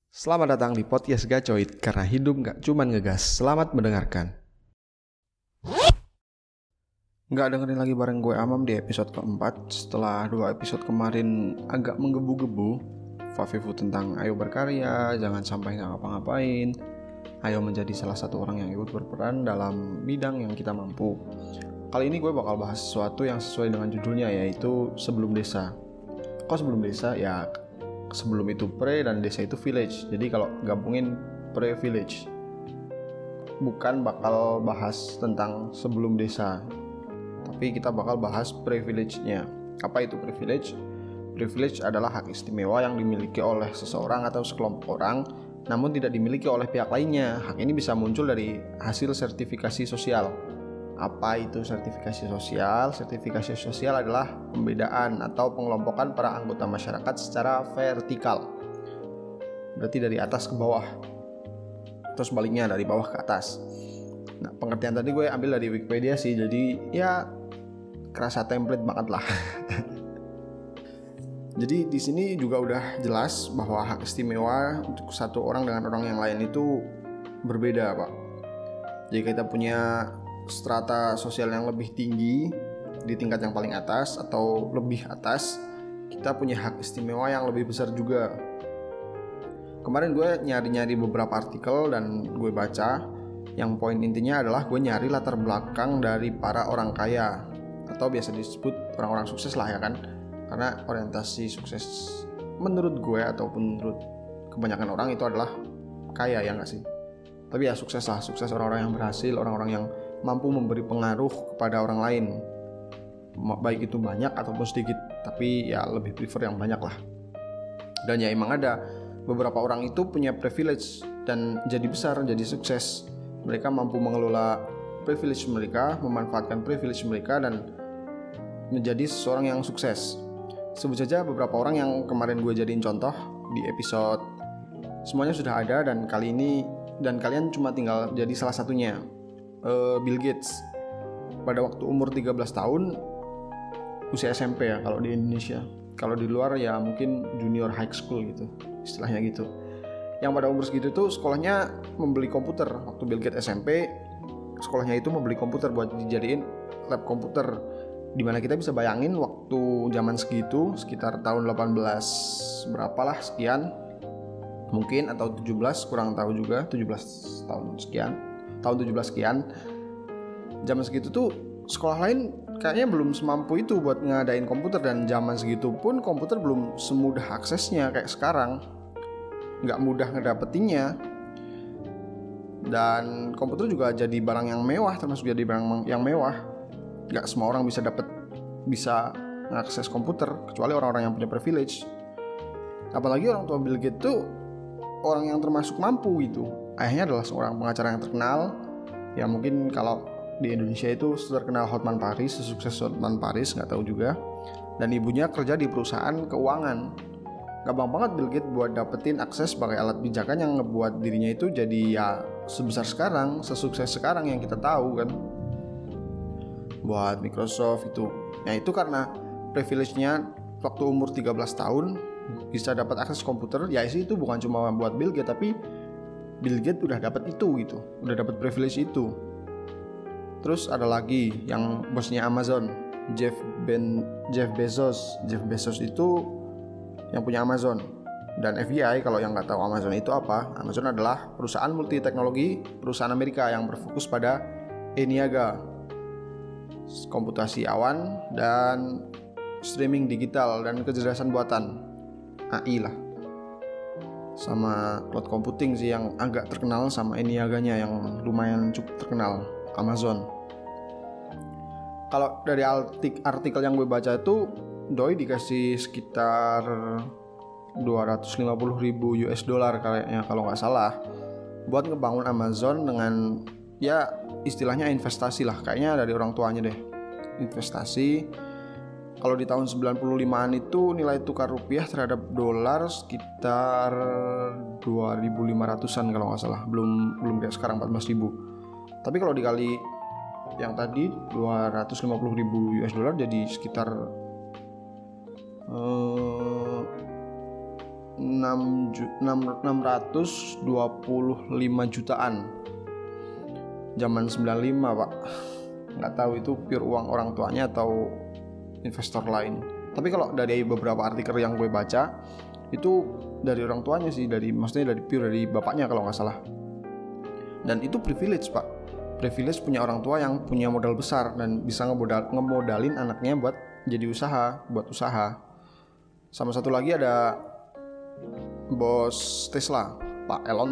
Selamat datang di podcast Gacoid, karena hidup gak cuman ngegas. Selamat mendengarkan. Gak dengerin lagi bareng gue Amam di episode keempat. Setelah 2 episode kemarin agak menggebu-gebu, Fafifu tentang ayo berkarya, jangan sampai gak ngapa-ngapain, ayo menjadi salah satu orang yang ikut berperan dalam bidang yang kita mampu. Kali ini gue bakal bahas sesuatu yang sesuai dengan judulnya, yaitu sebelum desa. Kok sebelum desa? Ya sebelum itu pre dan desa itu village. Jadi kalau gabungin pre village. Bukan bakal bahas tentang sebelum desa, tapi kita bakal bahas privilege-nya. Apa itu privilege? Privilege adalah hak istimewa yang dimiliki oleh seseorang atau sekelompok orang, namun tidak dimiliki oleh pihak lainnya. Hak ini bisa muncul dari hasil sertifikasi sosial. Apa itu sertifikasi sosial? Sertifikasi sosial adalah pembedaan atau pengelompokan para anggota masyarakat secara vertikal. Berarti dari atas ke bawah, atau sebaliknya dari bawah ke atas. Nah, pengertian tadi gue ambil dari Wikipedia sih, jadi ya kerasa template banget lah. Jadi di sini juga udah jelas bahwa hak istimewa untuk satu orang dengan orang yang lain itu berbeda, Pak. Jadi kita punya strata sosial yang lebih tinggi di tingkat yang paling atas atau lebih atas, kita punya hak istimewa yang lebih besar juga. Kemarin gue nyari-nyari beberapa artikel dan gue baca, yang poin intinya adalah gue nyari latar belakang dari para orang kaya atau biasa disebut orang-orang sukses lah ya kan, karena orientasi sukses menurut gue ataupun menurut kebanyakan orang itu adalah kaya, ya gak sih? Tapi ya sukses lah, sukses orang-orang yang berhasil, orang-orang yang mampu memberi pengaruh kepada orang lain, baik itu banyak ataupun sedikit, tapi ya lebih prefer yang banyak lah. Dan ya emang ada beberapa orang itu punya privilege dan jadi besar, jadi sukses. Mereka mampu mengelola privilege mereka, memanfaatkan privilege mereka dan menjadi seseorang yang sukses. Sebut saja beberapa orang yang kemarin gue jadiin contoh di episode. Semuanya sudah ada dan kali ini dan kalian cuma tinggal jadi salah satunya. Bill Gates pada waktu umur 13 tahun, usia SMP ya kalau di Indonesia. Kalau di luar ya mungkin junior high school gitu, istilahnya gitu. Yang pada umur segitu tuh sekolahnya membeli komputer. Waktu Bill Gates SMP, sekolahnya itu membeli komputer buat dijadiin lab komputer. Dimana kita bisa bayangin waktu zaman segitu, sekitar tahun 18 berapalah sekian, mungkin atau 17, kurang tahu juga, 17 tahun sekian, tahun 17 sekian. Zaman segitu tuh sekolah lain kayaknya belum semampu itu buat ngadain komputer, dan zaman segitu pun komputer belum semudah aksesnya kayak sekarang, nggak mudah ngedapetinnya. Dan komputer juga jadi barang yang mewah, termasuk jadi barang yang mewah. Nggak semua orang bisa ngakses komputer kecuali orang-orang yang punya privilege. Apalagi orang tua Bill Gates tuh orang yang termasuk mampu gitu. Ayahnya adalah seorang pengacara yang terkenal, ya mungkin kalau di Indonesia itu terkenal Hotman Paris, sesukses Hotman Paris, nggak tahu juga. Dan ibunya kerja di perusahaan keuangan. Gampang banget Bill Gates buat dapetin akses sebagai alat pijakan yang ngebuat dirinya itu jadi ya sebesar sekarang, sesukses sekarang yang kita tahu kan. Buat Microsoft itu, ya itu karena privilege-nya waktu umur 13 tahun bisa dapat akses komputer. Ya itu bukan cuma buat Bill Gates, tapi Bill Gates udah dapat itu gitu, udah dapat privilege itu. Terus ada lagi yang bosnya Amazon, Jeff Bezos. Jeff Bezos itu yang punya Amazon. Dan FBI, kalau yang nggak tahu Amazon itu apa, Amazon adalah perusahaan multi teknologi, perusahaan Amerika yang berfokus pada e-niaga, komputasi awan, dan streaming digital dan kecerdasan buatan, AI lah. Sama cloud computing sih yang agak terkenal, sama e-niaganya yang lumayan cukup terkenal, Amazon. Kalau dari artikel yang gue baca itu, doi dikasih sekitar 250.000 US dollar kayaknya kalau nggak salah, buat ngebangun Amazon dengan ya istilahnya investasi lah, kayaknya dari orang tuanya deh, investasi. Kalau di tahun 95an itu nilai tukar rupiah terhadap dolar sekitar 2.500-an kalau nggak salah, belum kayak sekarang 14.000. Tapi kalau dikali yang tadi 250.000 US dollar jadi sekitar 625 jutaan zaman 95 Pak. Nggak tahu itu pure uang orang tuanya atau investor lain. Tapi kalau dari beberapa artikel yang gue baca itu dari orang tuanya sih, maksudnya dari pure dari bapaknya kalau nggak salah. Dan itu privilege Pak, privilege punya orang tua yang punya modal besar dan bisa ngemodalin anaknya buat jadi buat usaha. Sama satu lagi ada bos Tesla, Pak Elon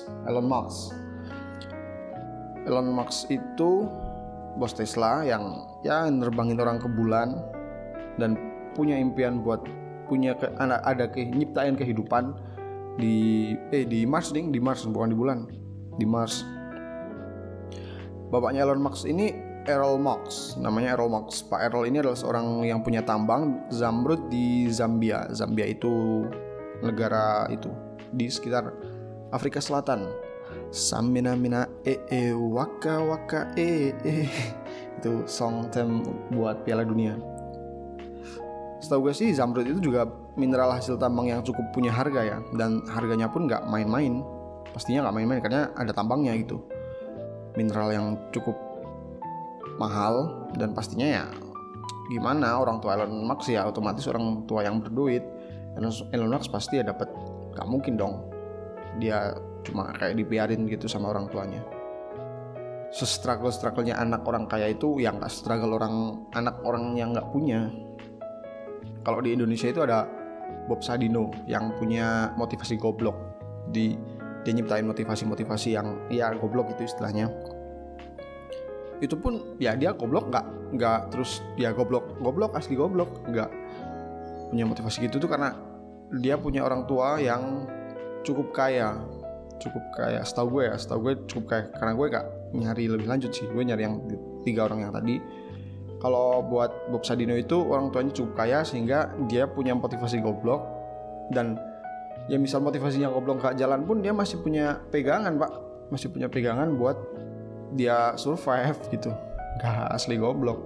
Musk itu bos Tesla yang nerbangin orang ke bulan dan punya impian buat nyiptain kehidupan di Mars bukan di bulan, di Mars. Bapaknya Elon Musk ini namanya Errol Musk. Pak Errol ini adalah seorang yang punya tambang zamrud di Zambia. Zambia itu negara itu di sekitar Afrika Selatan. Samina mina waka waka itu song theme buat Piala Dunia. Setahu gue sih zamrud itu juga mineral hasil tambang yang cukup punya harga ya, dan harganya pun nggak main-main. Pastinya nggak main-main karena ada tambangnya gitu. Mineral yang cukup mahal dan pastinya ya gimana orang tua Elon Musk ya otomatis orang tua yang berduit. Elon Musk pasti ya dapat, nggak mungkin dong dia cuma kayak dibiarin gitu sama orang tuanya. Struggle-nya anak orang kaya itu yang nggak struggle anak orang yang nggak punya. Kalau di Indonesia itu ada Bob Sadino yang punya motivasi goblok. Dia nyiptain motivasi yang ya goblok itu istilahnya. Itu pun ya dia goblok nggak terus dia goblok asli goblok, nggak punya motivasi gitu tuh karena dia punya orang tua yang cukup kaya. Setahu gue cukup kaya, karena gue gak nyari lebih lanjut sih, gue nyari yang 3 orang yang tadi. Kalau buat Bob Sadino itu orang tuanya cukup kaya sehingga dia punya motivasi goblok, dan ya misal motivasinya goblok gak jalan pun dia masih punya pegangan Pak, buat dia survive gitu, gak asli goblok.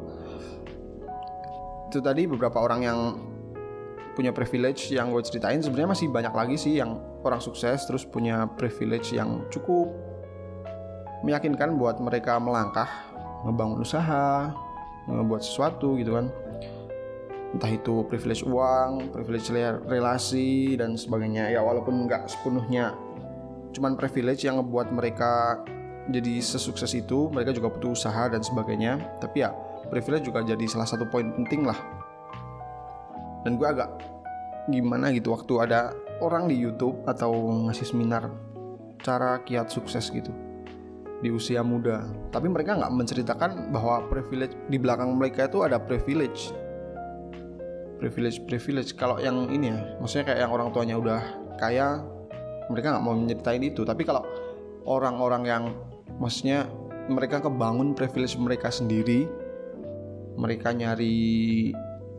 Itu tadi beberapa orang yang punya privilege yang gue ceritain. Sebenarnya masih banyak lagi sih yang orang sukses terus punya privilege yang cukup meyakinkan buat mereka melangkah, ngebangun usaha, ngebuat sesuatu gitu kan. Entah itu privilege uang, privilege relasi dan sebagainya. Ya walaupun nggak sepenuhnya cuman privilege yang ngebuat mereka jadi sesukses itu, mereka juga butuh usaha dan sebagainya. Tapi ya privilege juga jadi salah satu poin penting lah. Dan gue agak gimana gitu waktu ada orang di YouTube atau ngasih seminar cara kiat sukses gitu di usia muda, tapi mereka nggak menceritakan bahwa privilege di belakang mereka itu ada privilege. Kalau yang ini ya, maksudnya kayak yang orang tuanya udah kaya, mereka nggak mau menceritain itu. Tapi kalau orang-orang yang maksudnya mereka kebangun privilege mereka sendiri, mereka nyari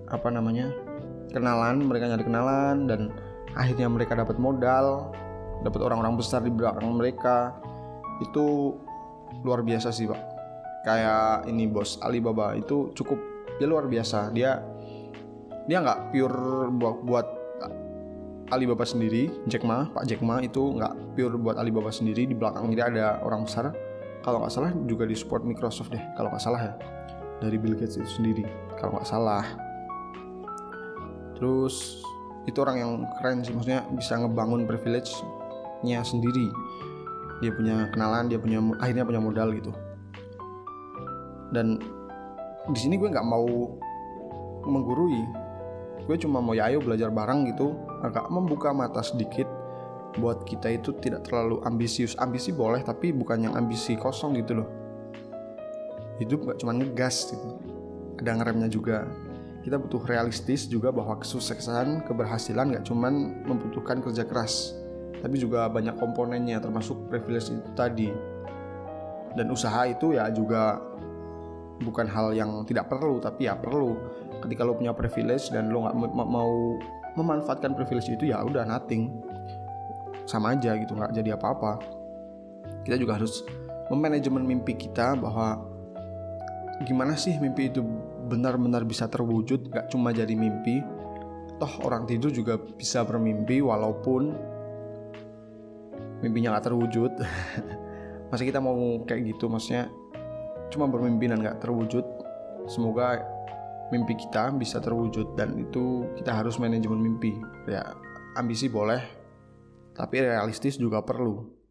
kenalan dan akhirnya mereka dapat modal, dapat orang-orang besar di belakang mereka. Itu luar biasa sih Pak. Kayak ini bos Alibaba itu cukup dia luar biasa. Dia nggak pure buat Alibaba sendiri. Pak Jack Ma itu nggak pure buat Alibaba sendiri, di belakang dia ada orang besar. Kalau nggak salah juga di support Microsoft deh, kalau nggak salah ya, dari Bill Gates itu sendiri kalau nggak salah. Terus itu orang yang keren sih, maksudnya bisa ngebangun privilege-nya sendiri. Dia punya kenalan, akhirnya punya modal gitu. Dan di sini gue nggak mau menggurui, gue cuma mau ya ayo belajar bareng gitu, agak membuka mata sedikit buat kita itu tidak terlalu ambisius. Ambisi boleh tapi bukan yang ambisi kosong gitu loh. Hidup nggak cuma ngegas gitu, ada ngeremnya juga. Kita butuh realistis juga bahwa kesuksesan, keberhasilan gak cuma membutuhkan kerja keras, tapi juga banyak komponennya termasuk privilege itu tadi. Dan usaha itu ya juga bukan hal yang tidak perlu, tapi ya perlu. Ketika lo punya privilege dan lo gak mau memanfaatkan privilege itu, ya udah nothing, sama aja gitu, gak jadi apa-apa. Kita juga harus memanajemen mimpi kita, bahwa gimana sih mimpi itu benar-benar bisa terwujud, gak cuma jadi mimpi. toh orang tidur juga bisa bermimpi walaupun mimpinya gak terwujud. Masa kita mau kayak gitu, maksudnya cuma bermimpi dan gak terwujud. Semoga mimpi kita bisa terwujud, dan itu kita harus manajemen mimpi. Ya ambisi boleh, tapi realistis juga perlu.